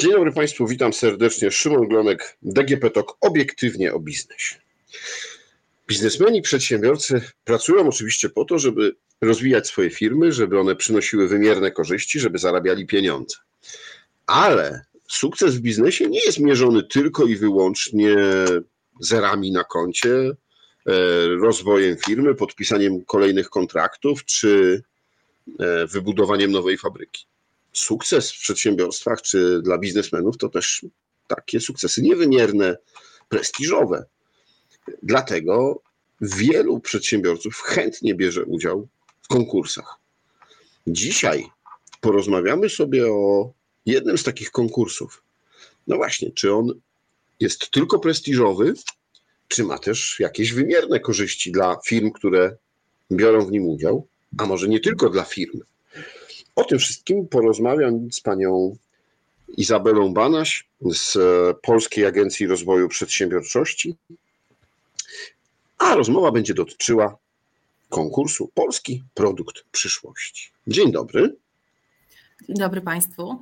Dzień dobry Państwu, witam serdecznie. Szymon Glonek, DGP Talk, obiektywnie o biznesie. Biznesmeni, przedsiębiorcy pracują oczywiście po to, żeby rozwijać swoje firmy, żeby one przynosiły wymierne korzyści, żeby zarabiali pieniądze. Ale sukces w biznesie nie jest mierzony tylko i wyłącznie zerami na koncie, rozwojem firmy, podpisaniem kolejnych kontraktów czy wybudowaniem nowej fabryki. Sukces w przedsiębiorstwach czy dla biznesmenów to też takie sukcesy niewymierne, prestiżowe. Dlatego wielu przedsiębiorców chętnie bierze udział w konkursach. Dzisiaj porozmawiamy sobie o jednym z takich konkursów. No właśnie, czy on jest tylko prestiżowy, czy ma też jakieś wymierne korzyści dla firm, które biorą w nim udział, a może nie tylko dla firm. O tym wszystkim porozmawiam z panią Izabelą Banaś z Polskiej Agencji Rozwoju Przedsiębiorczości, a rozmowa będzie dotyczyła konkursu Polski Produkt Przyszłości. Dzień dobry. Dzień dobry Państwu.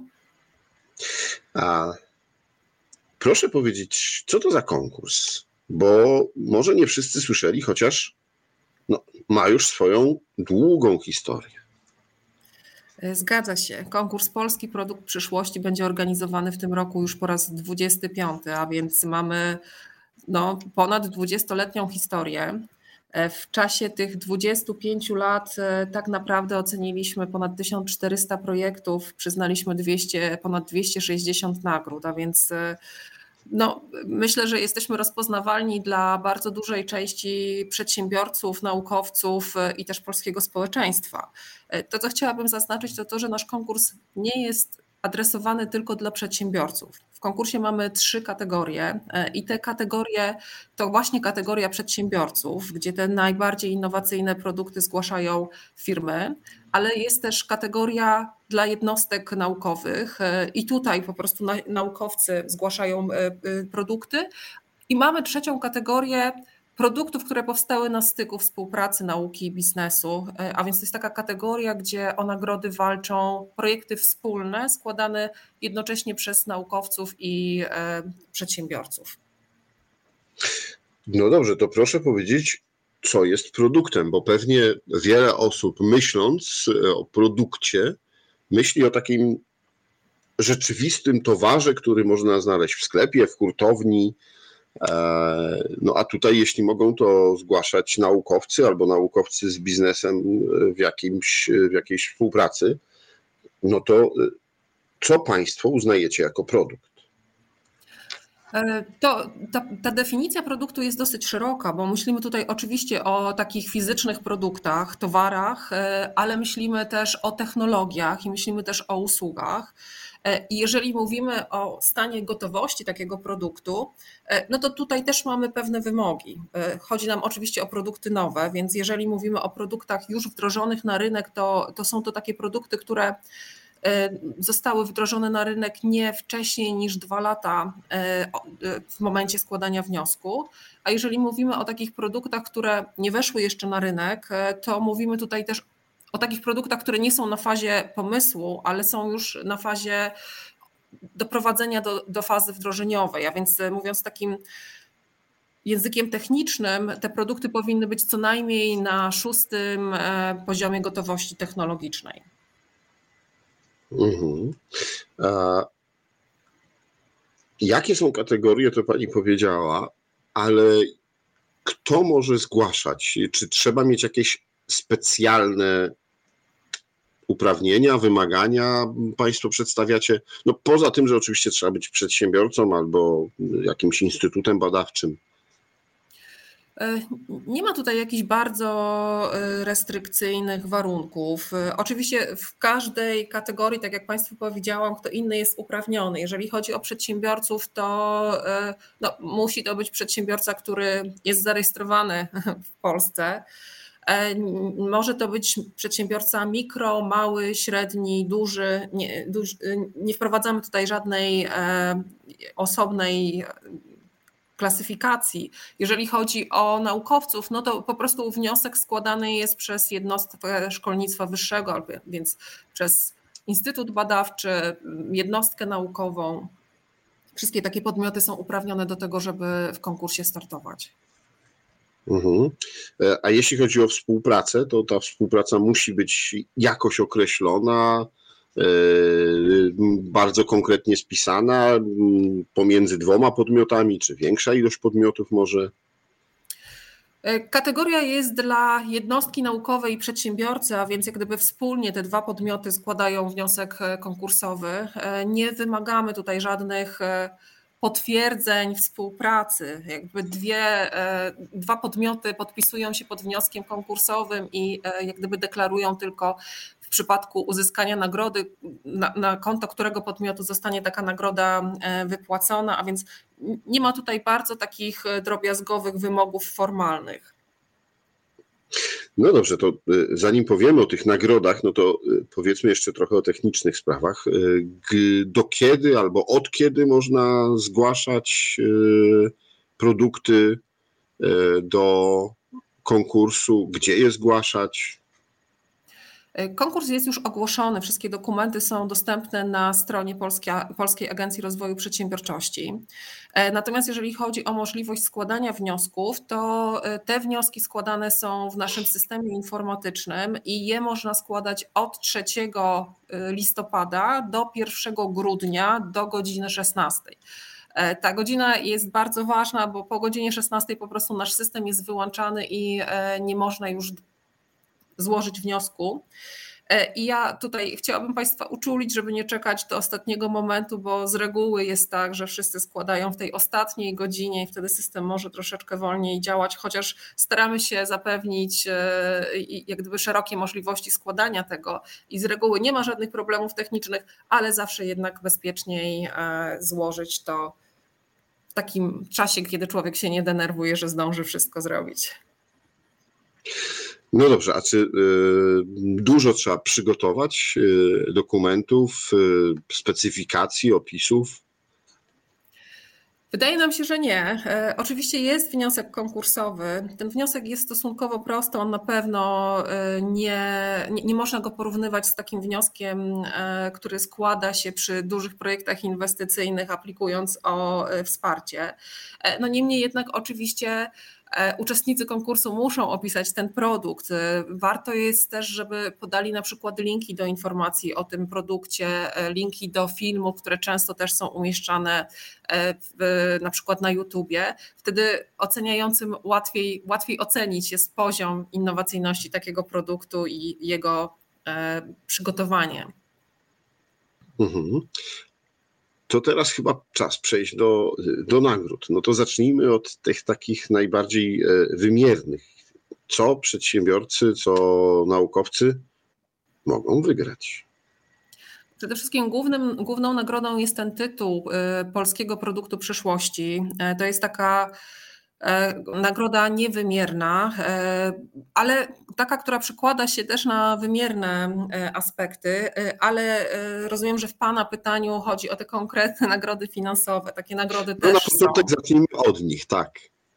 Proszę powiedzieć, co to za konkurs? Bo może nie wszyscy słyszeli, chociaż ma już swoją długą historię. Zgadza się. Konkurs Polski Produkt Przyszłości będzie organizowany w tym roku już po raz 25, a więc mamy ponad 20-letnią historię. W czasie tych 25 lat tak naprawdę oceniliśmy ponad 1400 projektów, przyznaliśmy ponad 260 nagród, a więc myślę, że jesteśmy rozpoznawalni dla bardzo dużej części przedsiębiorców, naukowców i też polskiego społeczeństwa. To, co chciałabym zaznaczyć, to to, że nasz konkurs nie jest adresowany tylko dla przedsiębiorców. W konkursie mamy 3 kategorie i te kategorie to właśnie kategoria przedsiębiorców, gdzie te najbardziej innowacyjne produkty zgłaszają firmy, ale jest też kategoria dla jednostek naukowych i tutaj po prostu naukowcy zgłaszają produkty. I mamy 3. kategorię produktów, które powstały na styku współpracy nauki i biznesu, a więc to jest taka kategoria, gdzie o nagrody walczą projekty wspólne składane jednocześnie przez naukowców i przedsiębiorców. No dobrze, to proszę powiedzieć, co jest produktem, bo pewnie wiele osób myśląc o produkcie myśli o takim rzeczywistym towarze, który można znaleźć w sklepie, w hurtowni. A tutaj jeśli mogą to zgłaszać naukowcy albo naukowcy z biznesem w jakiejś współpracy, no to co Państwo uznajecie jako produkt? Ta definicja produktu jest dosyć szeroka, bo myślimy tutaj oczywiście o takich fizycznych produktach, towarach, ale myślimy też o technologiach i myślimy też o usługach. I jeżeli mówimy o stanie gotowości takiego produktu, no to tutaj też mamy pewne wymogi. Chodzi nam oczywiście o produkty nowe, więc jeżeli mówimy o produktach już wdrożonych na rynek, to są to takie produkty, które zostały wdrożone na rynek nie wcześniej niż 2 lata w momencie składania wniosku. A jeżeli mówimy o takich produktach, które nie weszły jeszcze na rynek, to mówimy tutaj też o takich produktach, które nie są na fazie pomysłu, ale są już na fazie doprowadzenia do fazy wdrożeniowej. A więc mówiąc takim językiem technicznym, te produkty powinny być co najmniej na 6. poziomie gotowości technologicznej. Jakie są kategorie, to Pani powiedziała, ale kto może zgłaszać? Czy trzeba mieć jakieś specjalne uprawnienia, wymagania Państwo przedstawiacie? No poza tym, że oczywiście trzeba być przedsiębiorcą albo jakimś instytutem badawczym. Nie ma tutaj jakichś bardzo restrykcyjnych warunków. Oczywiście w każdej kategorii, tak jak Państwu powiedziałam, kto inny jest uprawniony. Jeżeli chodzi o przedsiębiorców, to musi to być przedsiębiorca, który jest zarejestrowany w Polsce. Może to być przedsiębiorca mikro, mały, średni, duży. Nie wprowadzamy tutaj żadnej osobnej klasyfikacji. Jeżeli chodzi o naukowców, no to po prostu wniosek składany jest przez jednostkę szkolnictwa wyższego, więc przez instytut badawczy, jednostkę naukową Wszystkie takie podmioty są uprawnione do tego, żeby w konkursie startować. Mhm. A jeśli chodzi o współpracę, to ta współpraca musi być jakoś określona, bardzo konkretnie spisana pomiędzy dwoma podmiotami, czy większa ilość podmiotów może? Kategoria jest dla jednostki naukowej i przedsiębiorcy, a więc jak gdyby wspólnie te dwa podmioty składają wniosek konkursowy. Nie wymagamy tutaj żadnych potwierdzeń współpracy. Jakby dwa podmioty podpisują się pod wnioskiem konkursowym i jak gdyby deklarują tylko w przypadku uzyskania nagrody, na konto którego podmiotu zostanie taka nagroda wypłacona, a więc nie ma tutaj bardzo takich drobiazgowych wymogów formalnych. No dobrze, to zanim powiemy o tych nagrodach, no to powiedzmy jeszcze trochę o technicznych sprawach. Do kiedy albo od kiedy można zgłaszać produkty do konkursu? Gdzie je zgłaszać? Konkurs jest już ogłoszony, wszystkie dokumenty są dostępne na stronie Polskiej Agencji Rozwoju Przedsiębiorczości. Natomiast jeżeli chodzi o możliwość składania wniosków, to te wnioski składane są w naszym systemie informatycznym i je można składać od 3 listopada do 1 grudnia do godziny 16. Ta godzina jest bardzo ważna, bo po godzinie 16 po prostu nasz system jest wyłączany i nie można już złożyć wniosku. I ja tutaj chciałabym Państwa uczulić, żeby nie czekać do ostatniego momentu, bo z reguły jest tak, że wszyscy składają w tej ostatniej godzinie i wtedy system może troszeczkę wolniej działać, chociaż staramy się zapewnić jak gdyby szerokie możliwości składania tego i z reguły nie ma żadnych problemów technicznych, ale zawsze jednak bezpieczniej złożyć to w takim czasie, kiedy człowiek się nie denerwuje, że zdąży wszystko zrobić. No dobrze, a czy dużo trzeba przygotować dokumentów, specyfikacji, opisów? Wydaje nam się, że nie. Oczywiście jest wniosek konkursowy. Ten wniosek jest stosunkowo prosty. On na pewno nie można go porównywać z takim wnioskiem, który składa się przy dużych projektach inwestycyjnych, aplikując o wsparcie. No niemniej jednak oczywiście uczestnicy konkursu muszą opisać ten produkt. Warto jest też, żeby podali na przykład linki do informacji o tym produkcie, linki do filmów, które często też są umieszczane na przykład na YouTubie. Wtedy oceniającym łatwiej ocenić jest poziom innowacyjności takiego produktu i jego przygotowanie. Mhm. To teraz chyba czas przejść do nagród. No to zacznijmy od tych takich najbardziej wymiernych. Co przedsiębiorcy, co naukowcy mogą wygrać? Przede wszystkim główną nagrodą jest ten tytuł Polskiego Produktu Przyszłości. To jest taka nagroda niewymierna, ale taka, która przekłada się też na wymierne aspekty, ale rozumiem, że w Pana pytaniu chodzi o te konkretne nagrody finansowe. Takie nagrody No na też są. początek zacznijmy od nich, tak.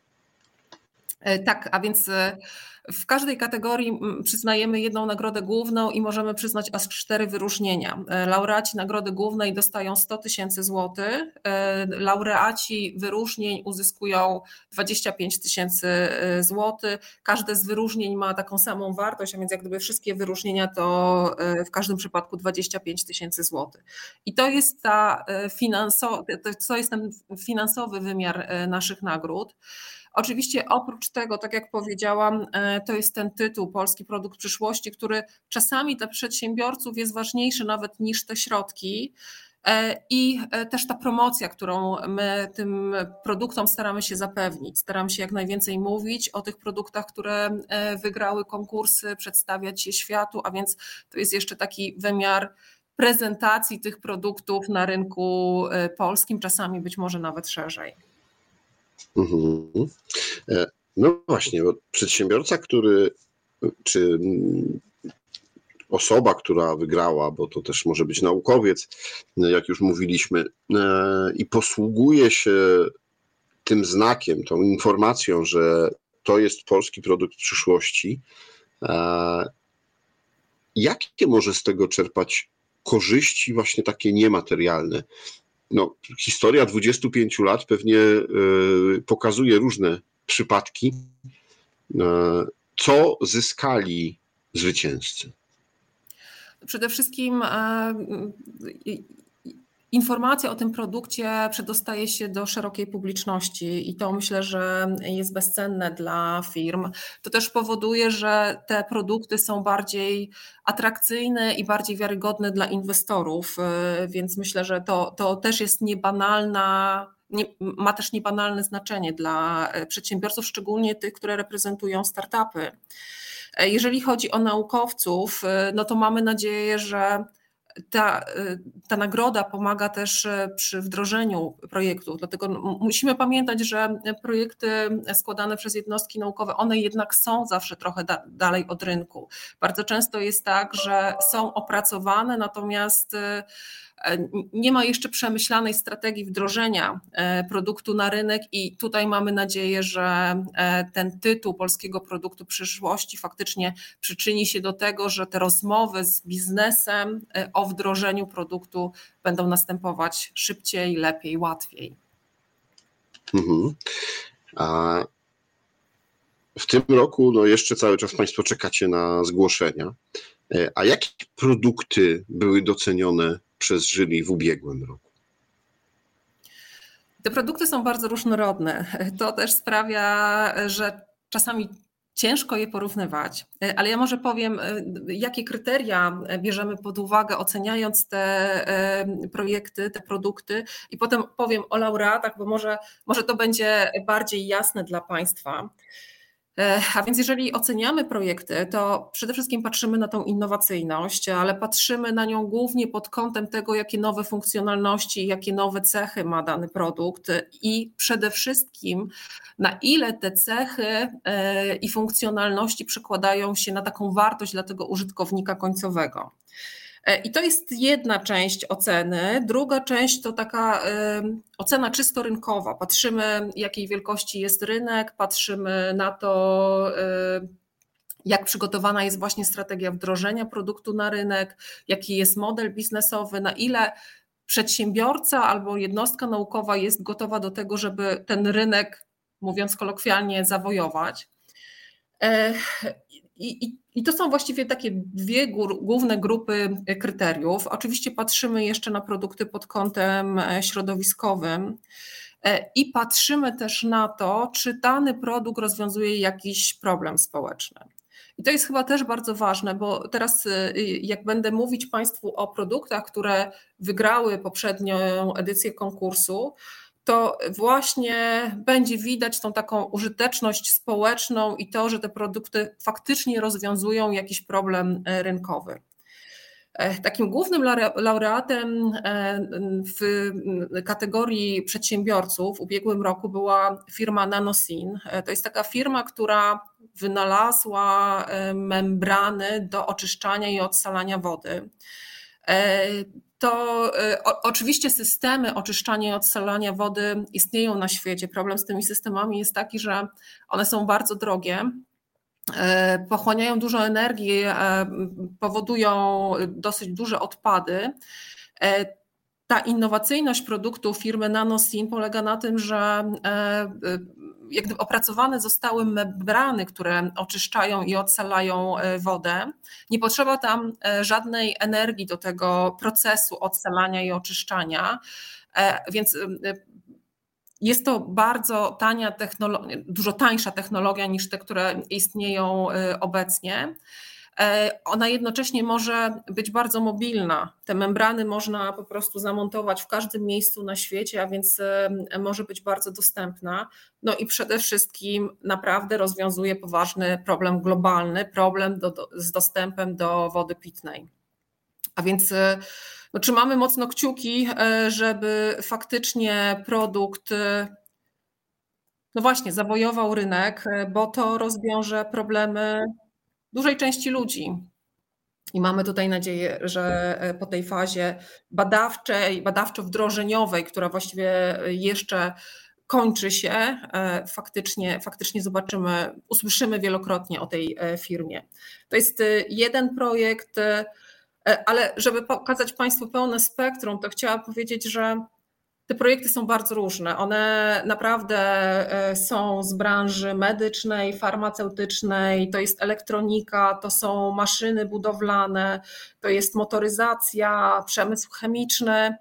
Tak, a więc w każdej kategorii przyznajemy jedną nagrodę główną i możemy przyznać aż 4 wyróżnienia. Laureaci nagrody głównej dostają 100 000 złotych, laureaci wyróżnień uzyskują 25 000 złotych. Każde z wyróżnień ma taką samą wartość, a więc jak gdyby wszystkie wyróżnienia to w każdym przypadku 25 000 złotych. I to jest to jest ten finansowy wymiar naszych nagród. Oczywiście oprócz tego, tak jak powiedziałam, to jest ten tytuł Polski Produkt Przyszłości, który czasami dla przedsiębiorców jest ważniejszy nawet niż te środki. I też ta promocja, którą my tym produktom staramy się zapewnić. Staramy się jak najwięcej mówić o tych produktach, które wygrały konkursy, przedstawiać je światu, a więc to jest jeszcze taki wymiar prezentacji tych produktów na rynku polskim, czasami być może nawet szerzej. Mhm. No właśnie, bo przedsiębiorca, czy osoba, która wygrała, bo to też może być naukowiec, jak już mówiliśmy, i posługuje się tym znakiem, tą informacją, że to jest polski produkt przyszłości, jakie może z tego czerpać korzyści właśnie takie niematerialne? no, historia 25 lat pewnie pokazuje różne przypadki. Co zyskali zwycięzcy? Przede wszystkim informacja o tym produkcie przedostaje się do szerokiej publiczności i to myślę, że jest bezcenne dla firm. To też powoduje, że te produkty są bardziej atrakcyjne i bardziej wiarygodne dla inwestorów, więc myślę, że to też jest ma też niebanalne znaczenie dla przedsiębiorców, szczególnie tych, które reprezentują startupy. Jeżeli chodzi o naukowców, no to mamy nadzieję, że ta nagroda pomaga też przy wdrożeniu projektów, dlatego musimy pamiętać, że projekty składane przez jednostki naukowe, one jednak są zawsze trochę dalej od rynku. Bardzo często jest tak, że są opracowane, natomiast nie ma jeszcze przemyślanej strategii wdrożenia produktu na rynek i tutaj mamy nadzieję, że ten tytuł polskiego produktu przyszłości faktycznie przyczyni się do tego, że te rozmowy z biznesem o wdrożeniu produktu będą następować szybciej, lepiej, łatwiej. Mhm. A w tym roku no jeszcze cały czas Państwo czekacie na zgłoszenia. A jakie produkty były docenione przez jury w ubiegłym roku? Te produkty są bardzo różnorodne. To też sprawia, że czasami ciężko je porównywać, ale ja może powiem, jakie kryteria bierzemy pod uwagę, oceniając te projekty, te produkty, i potem powiem o laureatach, bo może to będzie bardziej jasne dla Państwa. A więc jeżeli oceniamy projekty, to przede wszystkim patrzymy na tą innowacyjność, ale patrzymy na nią głównie pod kątem tego, jakie nowe funkcjonalności, jakie nowe cechy ma dany produkt i przede wszystkim na ile te cechy i funkcjonalności przekładają się na taką wartość dla tego użytkownika końcowego. I to jest jedna część oceny. Druga część to taka ocena czysto rynkowa. Patrzymy, jakiej wielkości jest rynek, patrzymy na to, jak przygotowana jest właśnie strategia wdrożenia produktu na rynek, jaki jest model biznesowy, na ile przedsiębiorca albo jednostka naukowa jest gotowa do tego, żeby ten rynek, mówiąc kolokwialnie, zawojować. I to są właściwie takie dwie główne grupy kryteriów. Oczywiście patrzymy jeszcze na produkty pod kątem środowiskowym i patrzymy też na to, czy dany produkt rozwiązuje jakiś problem społeczny. I to jest chyba też bardzo ważne, bo teraz jak będę mówić Państwu o produktach, które wygrały poprzednią edycję konkursu, to właśnie będzie widać tą taką użyteczność społeczną i to, że te produkty faktycznie rozwiązują jakiś problem rynkowy. Takim głównym laureatem w kategorii przedsiębiorców w ubiegłym roku była firma NanoSyn. To jest taka firma, która wynalazła membrany do oczyszczania i odsalania wody. To oczywiście systemy oczyszczania i odsalania wody istnieją na świecie. Problem z tymi systemami jest taki, że one są bardzo drogie, pochłaniają dużo energii, powodują dosyć duże odpady. Ta innowacyjność produktu firmy NanoSyn polega na tym, że jak gdyby opracowane zostały membrany, które oczyszczają i odsalają wodę. Nie potrzeba tam żadnej energii do tego procesu odsalania i oczyszczania, więc jest to bardzo tania technologia, dużo tańsza technologia niż te, które istnieją obecnie. Ona jednocześnie może być bardzo mobilna. Te membrany można po prostu zamontować w każdym miejscu na świecie, a więc może być bardzo dostępna. No i przede wszystkim naprawdę rozwiązuje poważny problem globalny, problem z dostępem do wody pitnej. A więc no, trzymamy mocno kciuki, żeby faktycznie produkt no właśnie zawojował rynek, bo to rozwiąże problemy dużej części ludzi. I mamy tutaj nadzieję, że po tej fazie badawczej, badawczo-wdrożeniowej, która właściwie jeszcze kończy się, faktycznie usłyszymy wielokrotnie o tej firmie. To jest jeden projekt, ale żeby pokazać Państwu pełne spektrum, to chciałam powiedzieć, że Te projekty są bardzo różne. One naprawdę są z branży medycznej, farmaceutycznej, to jest elektronika, to są maszyny budowlane, to jest motoryzacja, przemysł chemiczny.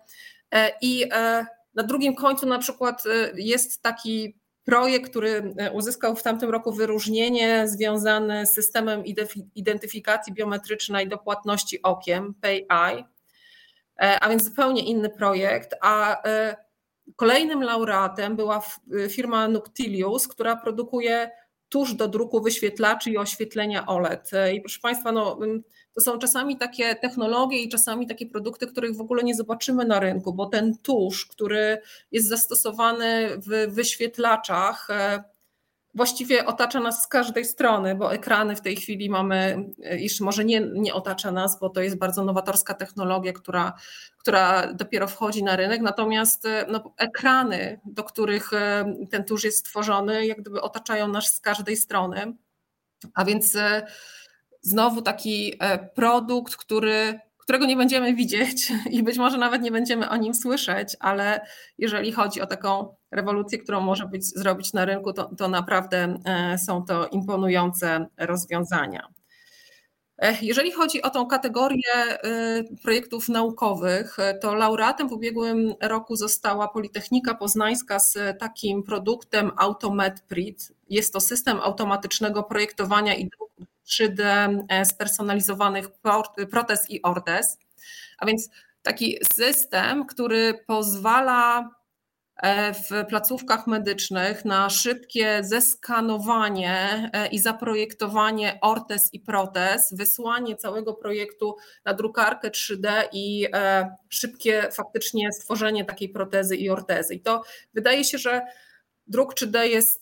I na drugim końcu na przykład jest taki projekt, który uzyskał w tamtym roku wyróżnienie związane z systemem identyfikacji biometrycznej do płatności okiem, PayEye, a więc zupełnie inny projekt, a kolejnym laureatem była firma Nuctilius, która produkuje tusz do druku wyświetlaczy i oświetlenia OLED. I proszę Państwa, to są czasami takie technologie i czasami takie produkty, których w ogóle nie zobaczymy na rynku, bo ten tusz, który jest zastosowany w wyświetlaczach, właściwie otacza nas z każdej strony, bo ekrany w tej chwili mamy, iż może nie otacza nas, bo to jest bardzo nowatorska technologia, która dopiero wchodzi na rynek, natomiast ekrany, do których ten tusz jest stworzony, jak gdyby otaczają nas z każdej strony, a więc znowu taki produkt, którego nie będziemy widzieć i być może nawet nie będziemy o nim słyszeć, ale jeżeli chodzi o taką rewolucję, którą może zrobić na rynku, to naprawdę są to imponujące rozwiązania. Jeżeli chodzi o tą kategorię projektów naukowych, to laureatem w ubiegłym roku została Politechnika Poznańska z takim produktem AutoMedPrint. Jest to system automatycznego projektowania i druku 3D spersonalizowanych protez i ortez. A więc taki system, który pozwala w placówkach medycznych na szybkie zeskanowanie i zaprojektowanie ortez i protez, wysłanie całego projektu na drukarkę 3D i szybkie faktycznie stworzenie takiej protezy i ortezy. I to wydaje się, że druk 3D jest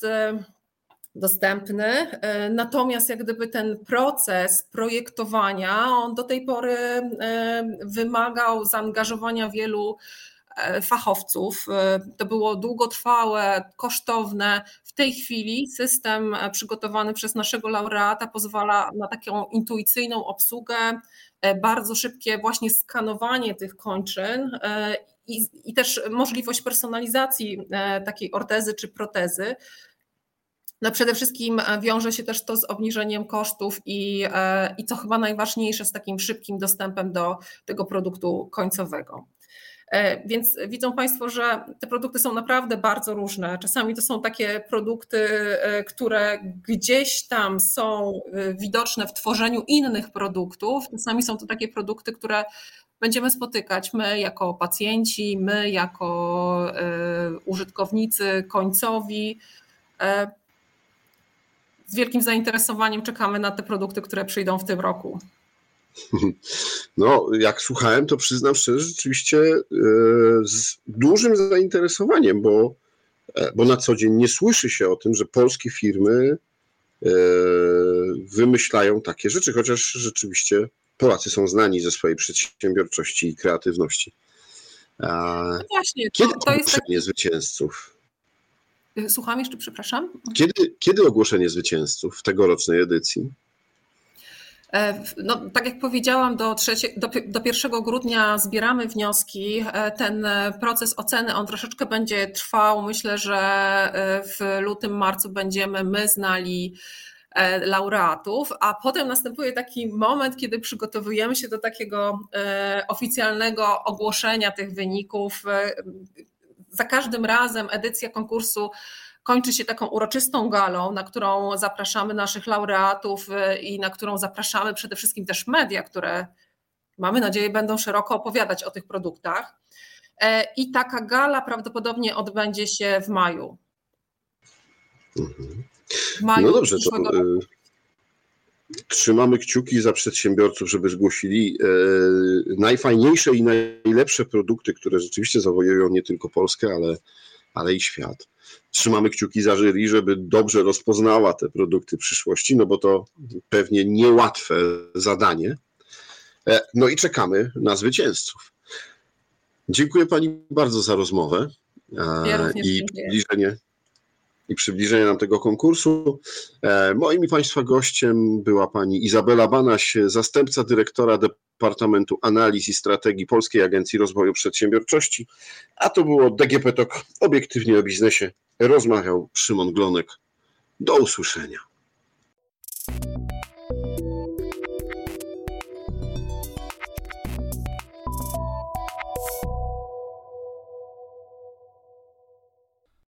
dostępny, natomiast jak gdyby ten proces projektowania, on do tej pory wymagał zaangażowania wielu fachowców. To było długotrwałe, kosztowne. W tej chwili system przygotowany przez naszego laureata pozwala na taką intuicyjną obsługę, bardzo szybkie właśnie skanowanie tych kończyn i też możliwość personalizacji takiej ortezy czy protezy. No przede wszystkim wiąże się też to z obniżeniem kosztów i co chyba najważniejsze, z takim szybkim dostępem do tego produktu końcowego. Więc widzą Państwo, że te produkty są naprawdę bardzo różne. Czasami to są takie produkty, które gdzieś tam są widoczne w tworzeniu innych produktów. Czasami są to takie produkty, które będziemy spotykać my jako pacjenci, my jako użytkownicy końcowi. Z wielkim zainteresowaniem czekamy na te produkty, które przyjdą w tym roku. No, jak słuchałem, to przyznam szczerze, rzeczywiście z dużym zainteresowaniem, bo na co dzień nie słyszy się o tym, że polskie firmy wymyślają takie rzeczy, chociaż rzeczywiście Polacy są znani ze swojej przedsiębiorczości i kreatywności. No właśnie, kiedy to jest ogłoszenie zwycięzców? Słucham jeszcze, przepraszam. Kiedy ogłoszenie zwycięzców w tegorocznej edycji? No, tak jak powiedziałam, do 1 grudnia zbieramy wnioski. Ten proces oceny, on troszeczkę będzie trwał. Myślę, że w lutym, marcu będziemy my znali laureatów, a potem następuje taki moment, kiedy przygotowujemy się do takiego oficjalnego ogłoszenia tych wyników. Za każdym razem edycja konkursu kończy się taką uroczystą galą, na którą zapraszamy naszych laureatów i na którą zapraszamy przede wszystkim też media, które mamy nadzieję będą szeroko opowiadać o tych produktach. I taka gala prawdopodobnie odbędzie się w maju. W maju. No dobrze, to trzymamy kciuki za przedsiębiorców, żeby zgłosili najfajniejsze i najlepsze produkty, które rzeczywiście zawojują nie tylko Polskę, ale i świat. Trzymamy kciuki za jury, żeby dobrze rozpoznała te produkty przyszłości, no bo to pewnie niełatwe zadanie. No i czekamy na zwycięzców. Dziękuję Pani bardzo za rozmowę i przybliżenie i przybliżenia nam tego konkursu. Moim i Państwa gościem była pani Izabela Banaś, zastępca dyrektora Departamentu Analiz i Strategii Polskiej Agencji Rozwoju Przedsiębiorczości, a to było DGP Talk, obiektywnie o biznesie. Rozmawiał Szymon Glonek. Do usłyszenia.